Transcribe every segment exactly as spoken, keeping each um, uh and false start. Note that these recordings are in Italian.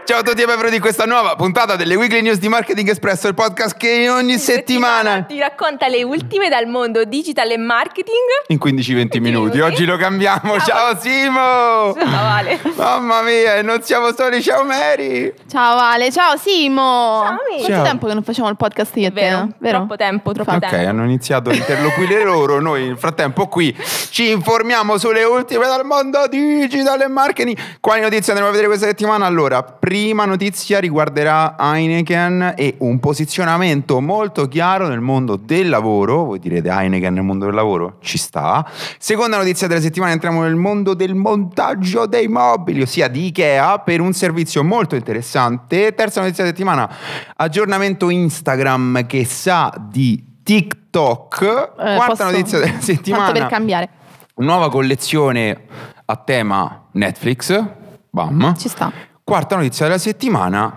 Ciao a tutti e benvenuti in questa nuova puntata delle Weekly News di Marketing Espresso, il podcast che ogni settimana ti racconta le ultime dal mondo digital e marketing in quindici venti minuti. Oggi lo cambiamo. Ciao, ciao Simo. Ciao Ale. Mamma mia, e non siamo soli. Ciao Mary. Ciao Ale, ciao Simo. Ciao Mary. Quanto Ciao. tempo che non facciamo il podcast io e te? Vero, Vero? troppo tempo, troppo Ok, tempo. hanno iniziato a interloquire loro. Noi nel frattempo qui ci informiamo sulle ultime dal mondo digital e marketing. Quali notizie andremo a vedere questa settimana? Allora, prima notizia riguarderà Heineken e un posizionamento molto chiaro nel mondo del lavoro. Voi direte Heineken nel mondo del lavoro? Ci sta. Seconda notizia della settimana, entriamo nel mondo del montaggio dei mobili, ossia di Ikea, per un servizio molto interessante. Terza notizia della settimana, aggiornamento Instagram che sa di TikTok. Eh, Quarta posso- notizia della settimana, Tanto per cambiare. nuova collezione a tema Netflix. Bam. Ci sta. Quarta notizia della settimana,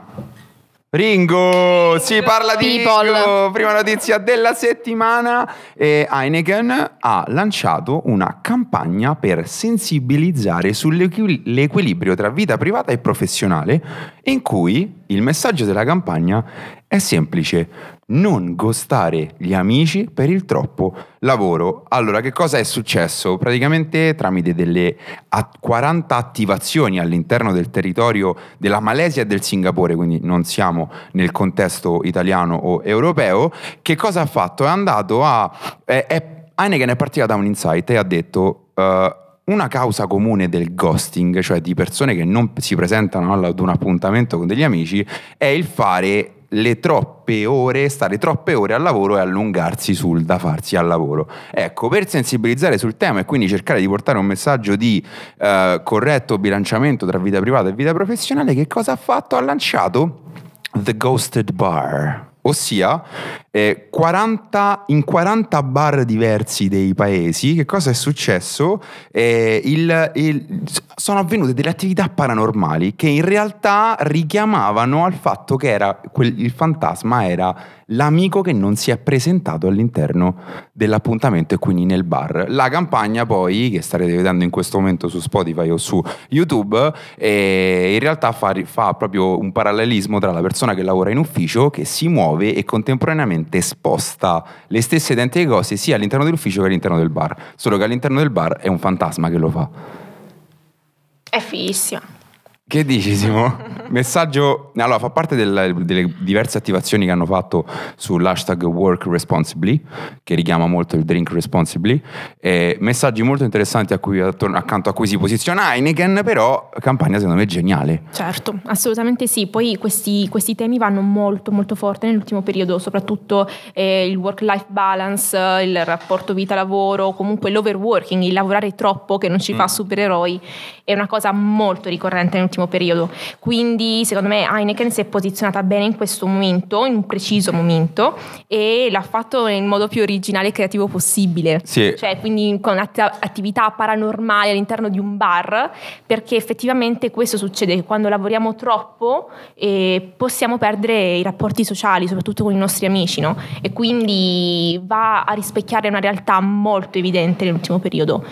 Ringo, si parla di People. Ringo. Prima notizia della settimana, eh, Heineken ha lanciato una campagna per sensibilizzare sull'equilibrio tra vita privata e professionale, in cui il messaggio della campagna è semplice: non ghostare gli amici per il troppo lavoro. Allora, che cosa è successo? Praticamente tramite delle a- quaranta attivazioni all'interno del territorio della Malesia e del Singapore, quindi non siamo nel contesto italiano o europeo, che cosa ha fatto? È andato a... È, è, Heineken è partita da un insight e ha detto... Uh, una causa comune del ghosting, cioè di persone che non si presentano ad un appuntamento con degli amici, è il fare le troppe ore, stare troppe ore al lavoro e allungarsi sul da farsi al lavoro. Ecco, per sensibilizzare sul tema e quindi cercare di portare un messaggio di eh, corretto bilanciamento tra vita privata e vita professionale, che cosa ha fatto? Ha lanciato The Ghosted Bar. Ossia, eh, quaranta, in quaranta bar diversi dei paesi, che cosa è successo? Eh, il, il, sono avvenute delle attività paranormali che in realtà richiamavano al fatto che era quel, il fantasma era l'amico che non si è presentato all'interno dell'appuntamento e quindi nel bar. La campagna poi, che starete vedendo in questo momento su Spotify o su YouTube, eh, in realtà fa, fa proprio un parallelismo tra la persona che lavora in ufficio, che si muove e contemporaneamente sposta le stesse identiche cose sia all'interno dell'ufficio che all'interno del bar, solo che all'interno del bar è un fantasma che lo fa. È fighissima. Che dici, Simo? Messaggio, allora, fa parte del, delle diverse attivazioni che hanno fatto sull'hashtag Work Responsibly, che richiama molto il Drink Responsibly, e messaggi molto interessanti a cui, accanto a cui si posiziona Heineken, però campagna secondo me geniale. Certo, assolutamente sì. Poi questi, questi temi vanno molto molto forte nell'ultimo periodo, soprattutto eh, il work-life balance, il rapporto vita-lavoro, comunque l'overworking, il lavorare troppo che non ci fa Mm. supereroi, è una cosa molto ricorrente nell'ultimo periodo. Quindi secondo me Heineken si è posizionata bene in questo momento, in un preciso momento, e l'ha fatto nel modo più originale e creativo possibile. Sì. Cioè, quindi con att- attività paranormali all'interno di un bar, perché effettivamente questo succede quando lavoriamo troppo e possiamo perdere i rapporti sociali, soprattutto con i nostri amici, no? E quindi va a rispecchiare una realtà molto evidente nell'ultimo periodo.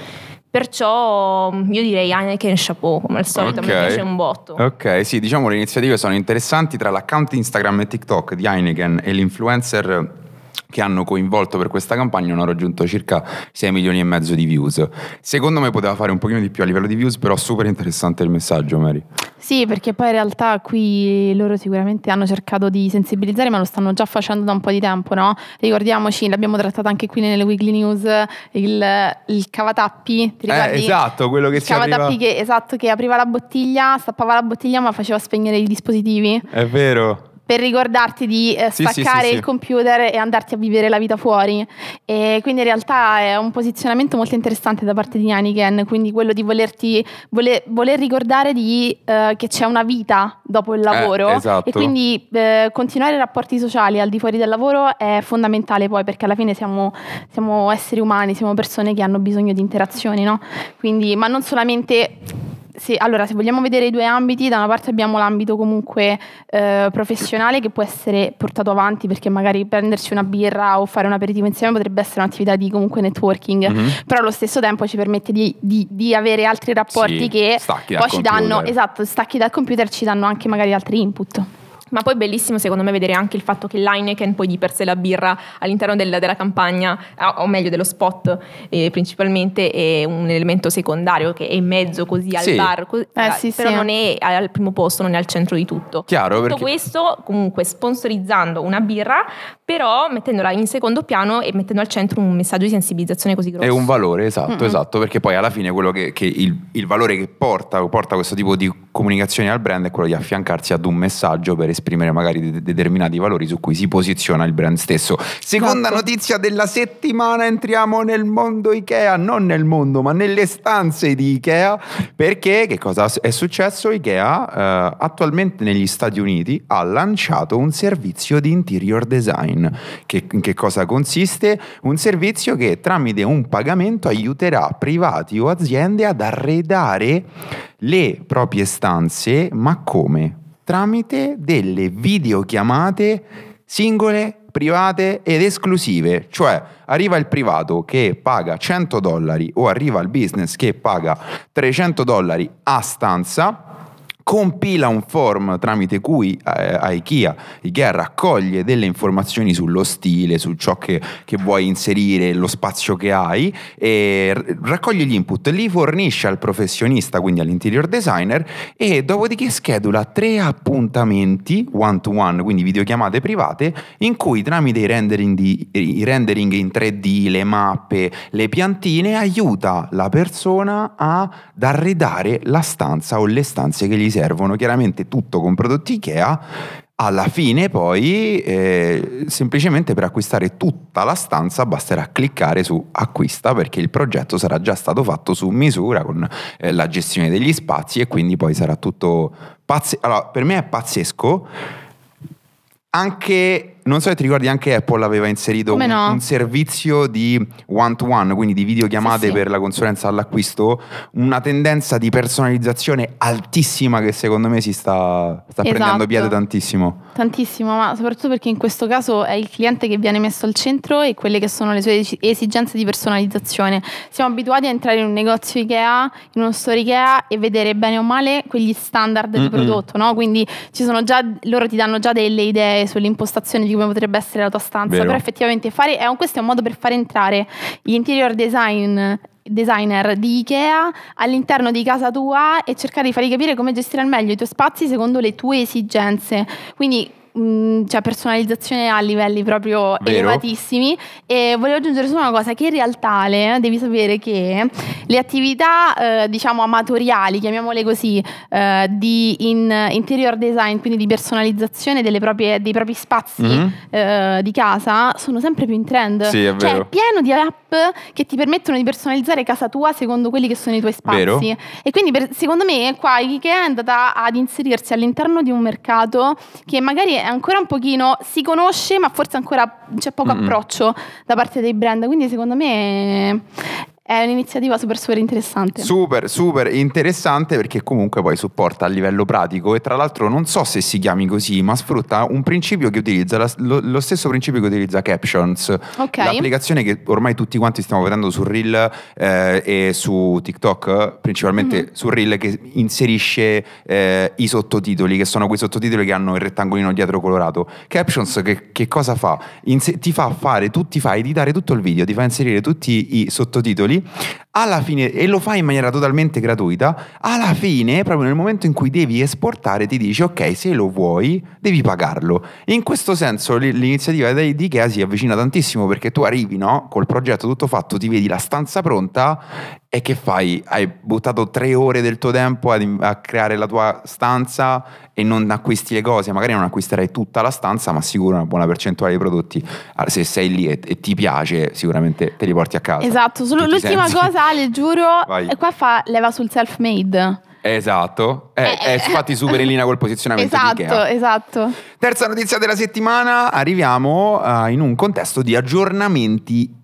Perciò io direi Heineken chapeau, come al solito. Ok. Mi piace un botto. Ok, sì, diciamo le iniziative sono interessanti. Tra l'account Instagram e TikTok di Heineken e l'influencer che hanno coinvolto per questa campagna hanno raggiunto circa sei milioni e mezzo di views. Secondo me poteva fare un pochino di più a livello di views, però super interessante il messaggio, Mary. Sì, perché poi in realtà qui loro sicuramente hanno cercato di sensibilizzare, ma lo stanno già facendo da un po' di tempo, no? Ricordiamoci, l'abbiamo trattato anche qui nelle Weekly News, il, il cavatappi, ti ricordi? Eh, esatto, quello che il si apriva... cavatappi che, esatto, che apriva la bottiglia, stappava la bottiglia ma faceva spegnere i dispositivi. È vero. Per ricordarti di eh, Sì, sì, staccare sì, sì. il computer e andarti a vivere la vita fuori. E quindi in realtà è un posizionamento molto interessante da parte di Heineken, quindi quello di volerti voler, voler ricordare di, eh, che c'è una vita dopo il lavoro. Eh, esatto. E quindi eh, continuare i rapporti sociali al di fuori del lavoro è fondamentale, poi, perché alla fine siamo, siamo esseri umani, siamo persone che hanno bisogno di interazioni, no? Quindi, ma non solamente Sì, allora se vogliamo vedere i due ambiti, da una parte abbiamo l'ambito comunque eh, professionale che può essere portato avanti, perché magari prenderci una birra o fare un aperitivo insieme potrebbe essere un'attività di comunque networking, mm-hmm. però allo stesso tempo ci permette di, di, di avere altri rapporti sì, che poi ci danno, esatto, stacchi dal computer, ci danno anche magari altri input. Ma poi è bellissimo secondo me vedere anche il fatto che l'Heineken, poi di per sé la birra all'interno del, della campagna, o meglio dello spot eh, principalmente, è un elemento secondario che è in mezzo così al sì. bar, così, eh, sì, però sì. non è al primo posto, non è al centro di tutto. Chiaro, tutto perché... questo comunque sponsorizzando una birra, però mettendola in secondo piano e mettendo al centro un messaggio di sensibilizzazione così grosso. È un valore, esatto, Mm-mm. esatto, perché poi alla fine quello che, che il, il valore che porta, porta questo tipo di comunicazione al brand è quello di affiancarsi ad un messaggio per esprimere magari de- determinati valori su cui si posiziona il brand stesso. Seconda Esatto. notizia della settimana, entriamo nel mondo Ikea, non nel mondo ma nelle stanze di Ikea, perché che cosa è successo? Ikea eh, attualmente negli Stati Uniti ha lanciato un servizio di interior design. Che, in che cosa consiste? Un servizio che tramite un pagamento aiuterà privati o aziende ad arredare le proprie stanze, ma come? Tramite delle videochiamate singole, private ed esclusive. Cioè arriva il privato che paga cento dollari o arriva il business che paga trecento dollari a stanza, compila un form tramite cui eh, a Ikea, Ikea raccoglie delle informazioni sullo stile, su ciò che, che vuoi inserire, lo spazio che hai, e r- raccoglie gli input, li fornisce al professionista, quindi all'interior designer, e dopodiché schedula tre appuntamenti one to one, quindi videochiamate private, in cui tramite i rendering, di, i rendering in tre D, le mappe, le piantine, aiuta la persona ad arredare la stanza o le stanze che gli servono, chiaramente tutto con prodotti Ikea. Alla fine poi eh, semplicemente per acquistare tutta la stanza basterà cliccare su acquista, perché il progetto sarà già stato fatto su misura con eh, la gestione degli spazi, e quindi poi sarà tutto pazzesco. Allora, per me è pazzesco. Anche, non so se ti ricordi, anche Apple aveva inserito un, no? un servizio di one to one, quindi di videochiamate Sì, sì. per la consulenza all'acquisto, una tendenza di personalizzazione altissima che secondo me si sta, sta Esatto. prendendo piede tantissimo. Tantissimo, ma soprattutto perché in questo caso è il cliente che viene messo al centro e quelle che sono le sue esigenze di personalizzazione. Siamo abituati a entrare in un negozio Ikea, in uno store Ikea, e vedere bene o male quegli standard Mm-mm. di prodotto, no? Quindi ci sono già, loro ti danno già delle idee sull'impostazione di come potrebbe essere la tua stanza. Vero. Però effettivamente fare è un, questo è un modo per far entrare gli interior design designer di Ikea all'interno di casa tua e cercare di fargli capire come gestire al meglio i tuoi spazi secondo le tue esigenze. Quindi mh, cioè personalizzazione a livelli proprio Vero. elevatissimi. E volevo aggiungere solo una cosa, che in realtà Ale, devi sapere che le attività eh, diciamo amatoriali, chiamiamole così, eh, di in, interior design, quindi di personalizzazione delle proprie, dei propri spazi Mm-hmm. eh, di casa, sono sempre più in trend. Sì, è Cioè vero. è pieno di app che ti permettono di personalizzare casa tua secondo quelli che sono i tuoi spazi. Vero. E quindi per, secondo me qua Ikea è andata ad inserirsi all'interno di un mercato che magari è ancora un pochino, si conosce ma forse ancora c'è poco Mm-mm. approccio da parte dei brand, quindi secondo me è un'iniziativa super super interessante. Super, super interessante, perché comunque poi supporta a livello pratico, e tra l'altro non so se si chiami così, ma sfrutta un principio che utilizza la- lo, lo stesso principio che utilizza Captions, Ok. l'applicazione che ormai tutti quanti stiamo vedendo su Reel eh, e su TikTok, principalmente Mhm. su Reel, che inserisce eh, i sottotitoli, che sono quei sottotitoli che hanno il rettangolino dietro colorato. Captions che, che cosa fa? Inse- ti fa fare, tu, ti fa editare tutto il video, ti fa inserire tutti i sottotitoli alla fine, e lo fai in maniera totalmente gratuita. Alla fine, proprio nel momento in cui devi esportare, ti dice ok, se lo vuoi devi pagarlo. In questo senso l- l'iniziativa di di Ikea si avvicina tantissimo, perché tu arrivi, no, col progetto tutto fatto, ti vedi la stanza pronta, e che fai? Hai buttato tre ore del tuo tempo a, a creare la tua stanza e non acquisti le cose. Magari non acquisterai tutta la stanza, ma sicuro una buona percentuale dei prodotti, ah, se sei lì e, e ti piace, sicuramente te li porti a casa. Esatto, solo Tutti i l'ultima sensi. cosa, Ale, giuro, Vai. e qua fa leva sul self-made. Esatto, è, Eh, è infatti super in linea col posizionamento Esatto, di Ikea. esatto. Terza notizia della settimana, arriviamo uh, in un contesto di aggiornamenti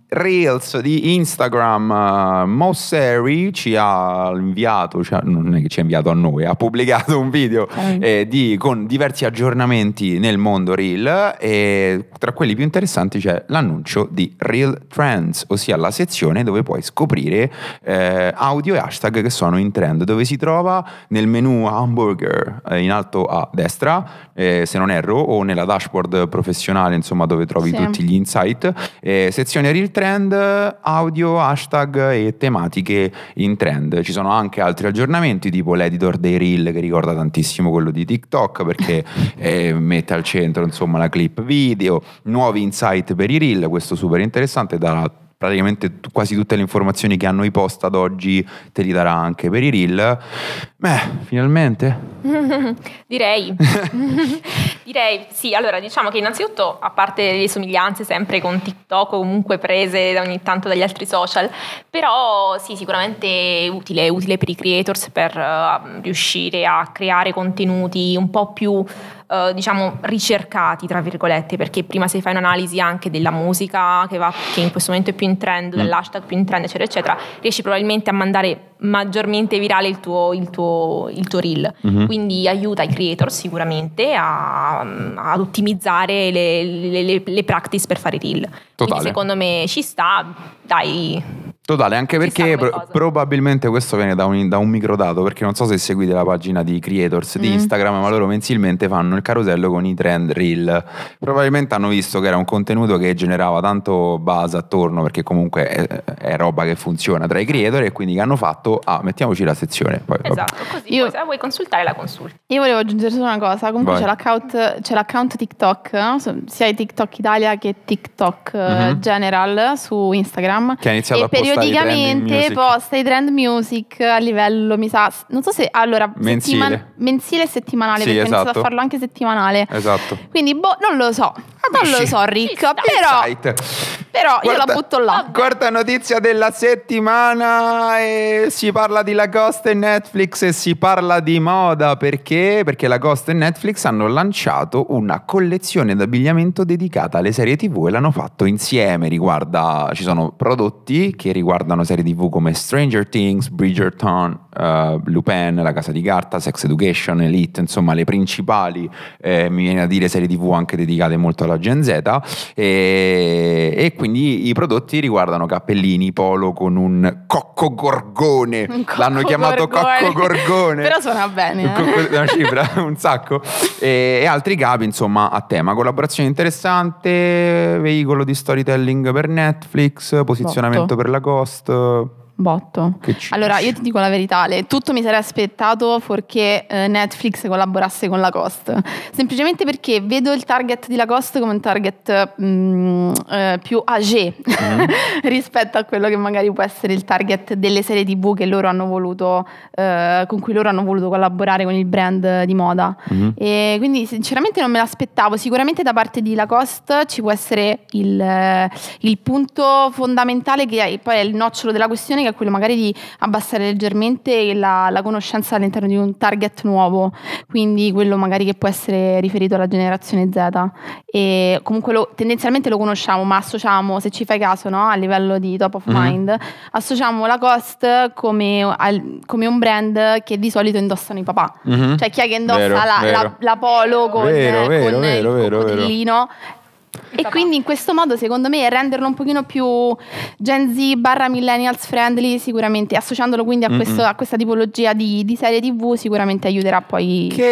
Reels di Instagram, uh, Mosseri ci ha inviato, cioè, non è che ci ha inviato a noi, ha pubblicato un video eh, di, con diversi aggiornamenti nel mondo Reel, e tra quelli più interessanti c'è l'annuncio di Reel Trends, ossia la sezione dove puoi scoprire eh, audio e hashtag che sono in trend, dove si trova nel menu hamburger eh, in alto a destra, eh, se non erro, o nella dashboard professionale, insomma, dove trovi Sì. tutti gli insight, eh, sezione Reel trend, audio, hashtag e tematiche in trend. Ci sono anche altri aggiornamenti tipo l'editor dei Reel, che ricorda tantissimo quello di TikTok, perché eh, mette al centro, insomma, la clip video, nuovi insight per i Reel, questo super interessante, darà praticamente t- quasi tutte le informazioni che hanno i post ad oggi, te li darà anche per i Reel. Beh, finalmente Direi. Direi sì. Allora, diciamo che innanzitutto, a parte le somiglianze sempre con TikTok o comunque prese da ogni tanto dagli altri social, però sì, sicuramente utile, utile per i creators per uh, riuscire a creare contenuti un po' più Uh, diciamo ricercati, tra virgolette, perché prima se fai un'analisi anche della musica che, va, che in questo momento è più in trend, mm. dell'hashtag più in trend, eccetera eccetera, riesci probabilmente a mandare maggiormente virale il tuo, il tuo, il tuo reel, mm-hmm. quindi aiuta i creator sicuramente a, ad ottimizzare le, le, le, le practice per fare reel. Totale. Quindi secondo me ci sta, dai. Totale, anche perché pro- probabilmente questo viene da un, da un microdato, perché non so se seguite la pagina di creators di mm. Instagram, ma loro mensilmente fanno il carosello con i trend reel. Probabilmente hanno visto che era un contenuto che generava tanto buzz attorno, perché comunque è, è roba che funziona tra i creator, e quindi che hanno fatto, ah, mettiamoci la sezione. Poi, esatto, così io, poi se la vuoi consultare la consulti. Io volevo aggiungere solo una cosa, comunque c'è l'account, c'è l'account TikTok, no? Sia TikTok Italia che TikTok mm-hmm. General su Instagram, che ha iniziato e a postare periodicamente posta i trend music a livello, mi sa, non so se allora mensile, settiman- mensile e settimanale, sì, perché esatto. ho iniziato a farlo anche settimanale. Esatto. Quindi boh, non lo so. Non lo so, Rick, però, però guarda, io la butto là. Quarta notizia della settimana, e si parla di Lacoste e Netflix, e si parla di moda. Perché? Perché Lacoste e Netflix hanno lanciato una collezione d'abbigliamento dedicata alle serie tivù, e l'hanno fatto insieme. Riguarda, ci sono prodotti che riguardano serie tivù come Stranger Things, Bridgerton, uh, Lupin, La Casa di Carta, Sex Education, Elite, insomma le principali, eh, mi viene a dire serie tivù anche dedicate molto alla Gen Z, e, e quindi i prodotti riguardano cappellini polo con un cocco gorgone, un cocco l'hanno chiamato gorgone. cocco gorgone, però suona bene, eh? Cocco, una cifra, un sacco, e, e altri capi, insomma, a tema. Collaborazione interessante, veicolo di storytelling per Netflix, posizionamento Botto. per Lacoste. Botto. Allora io ti dico la verità, le, tutto mi sarei aspettato fuorché eh, Netflix collaborasse con Lacoste, semplicemente perché vedo il target di Lacoste come un target mh, eh, più âgé mm. rispetto a quello che magari può essere il target delle serie tivù che loro hanno voluto eh, con cui loro hanno voluto collaborare con il brand di moda, mm. e quindi sinceramente non me l'aspettavo. Sicuramente da parte di Lacoste ci può essere il, il punto fondamentale, che è, poi è il nocciolo della questione, che è quello magari di abbassare leggermente la, la conoscenza all'interno di un target nuovo, quindi quello magari che può essere riferito alla generazione Z, e comunque lo, tendenzialmente lo conosciamo, ma associamo, se ci fai caso, no, a livello di top of mind, mm-hmm. associamo Lacoste come, al, come un brand che di solito indossano i papà, mm-hmm. cioè chi è che indossa vero, la, vero. La, la polo con, vero, vero, con vero, il vero, coccodrillino. E quindi in questo modo, secondo me, renderlo un pochino più Gen Z barra millennials friendly, sicuramente, associandolo quindi a, questo, a questa tipologia di, di serie tivù, sicuramente aiuterà poi. Che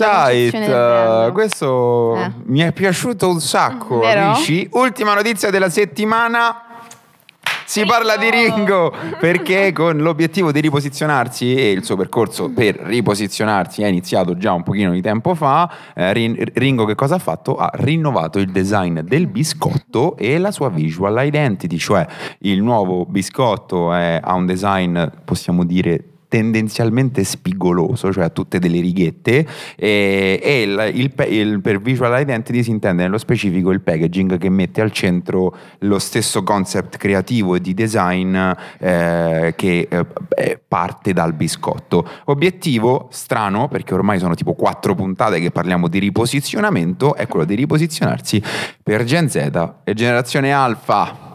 insight! Questo eh. mi è piaciuto un sacco, Vero? amici. Ultima notizia della settimana. Si Ringo. parla di Ringo, perché con l'obiettivo di riposizionarsi, e il suo percorso per riposizionarsi è iniziato già un pochino di tempo fa, eh, Ringo che cosa ha fatto? Ha rinnovato il design del biscotto e la sua visual identity, cioè il nuovo biscotto è, ha un design, possiamo dire, tendenzialmente spigoloso, cioè a tutte delle righette, e, e il, il, il, per visual identity si intende nello specifico il packaging che mette al centro lo stesso concept creativo e di design eh, che eh, parte dal biscotto. Obiettivo strano, perché ormai sono tipo quattro puntate che parliamo di riposizionamento, è quello di riposizionarsi per Gen Z e generazione Alpha.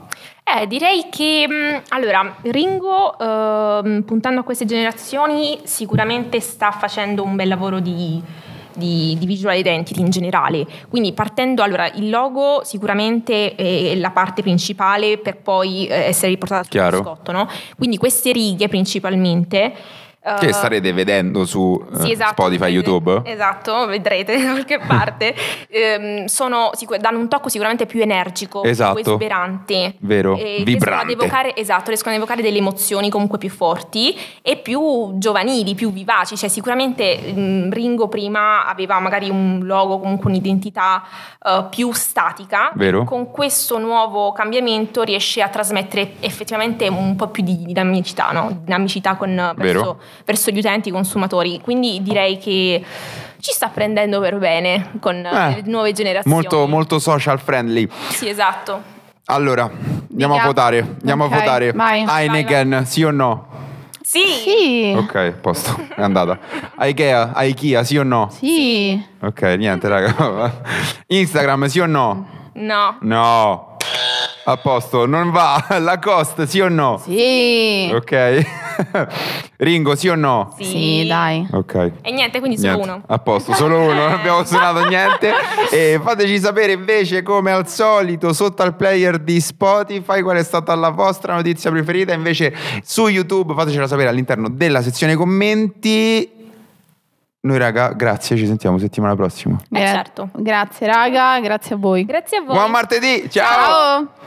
Eh, direi che mh, allora Ringo, ehm, puntando a queste generazioni, sicuramente sta facendo un bel lavoro di, di, di visual identity in generale. Quindi partendo, allora, il logo sicuramente è la parte principale per poi eh, essere riportata sul Chiaro. biscotto, no? Quindi queste righe principalmente. Che eh, starete vedendo su eh, Sì, esatto, Spotify, vedrete- YouTube? Esatto, vedrete da qualche parte. Ehm, sono, sicur- danno un tocco sicuramente più energico, Esatto. più esuberante. Vero, E vibrante. riescono ad evocare, esatto, riescono ad evocare delle emozioni comunque più forti e più giovanili, più vivaci. Cioè sicuramente mh, Ringo prima aveva magari un logo, comunque un'identità eh, più statica. Vero. Con questo nuovo cambiamento riesce a trasmettere effettivamente un po' più di dinamicità, no? Dinamicità con, Vero. verso, verso gli utenti, i consumatori. Quindi direi che ci sta prendendo per bene con Eh, le nuove generazioni. Molto, molto social friendly. Sì, esatto. Allora, andiamo a Dica. votare. Andiamo Ok, a votare. vai. Heineken, sì o no? Sì. Sì. Ok, posto, è andata. Ikea, Ikea, sì o no? Sì. Ok, niente, raga. Instagram, sì o no? No. No. A posto, non va. Lacoste, sì o no? Sì. Ok. Ringo, sì o no? Sì. Sì, dai. Ok. E niente, quindi solo Niente. uno. A posto, solo uno, non abbiamo suonato niente. E fateci sapere invece, come al solito, sotto al player di Spotify, qual è stata la vostra notizia preferita. Invece su YouTube fatecela sapere all'interno della sezione commenti. Noi raga, grazie, ci sentiamo settimana prossima. Eh, certo. Grazie raga, grazie a voi. Grazie a voi. Buon martedì, ciao! Ciao.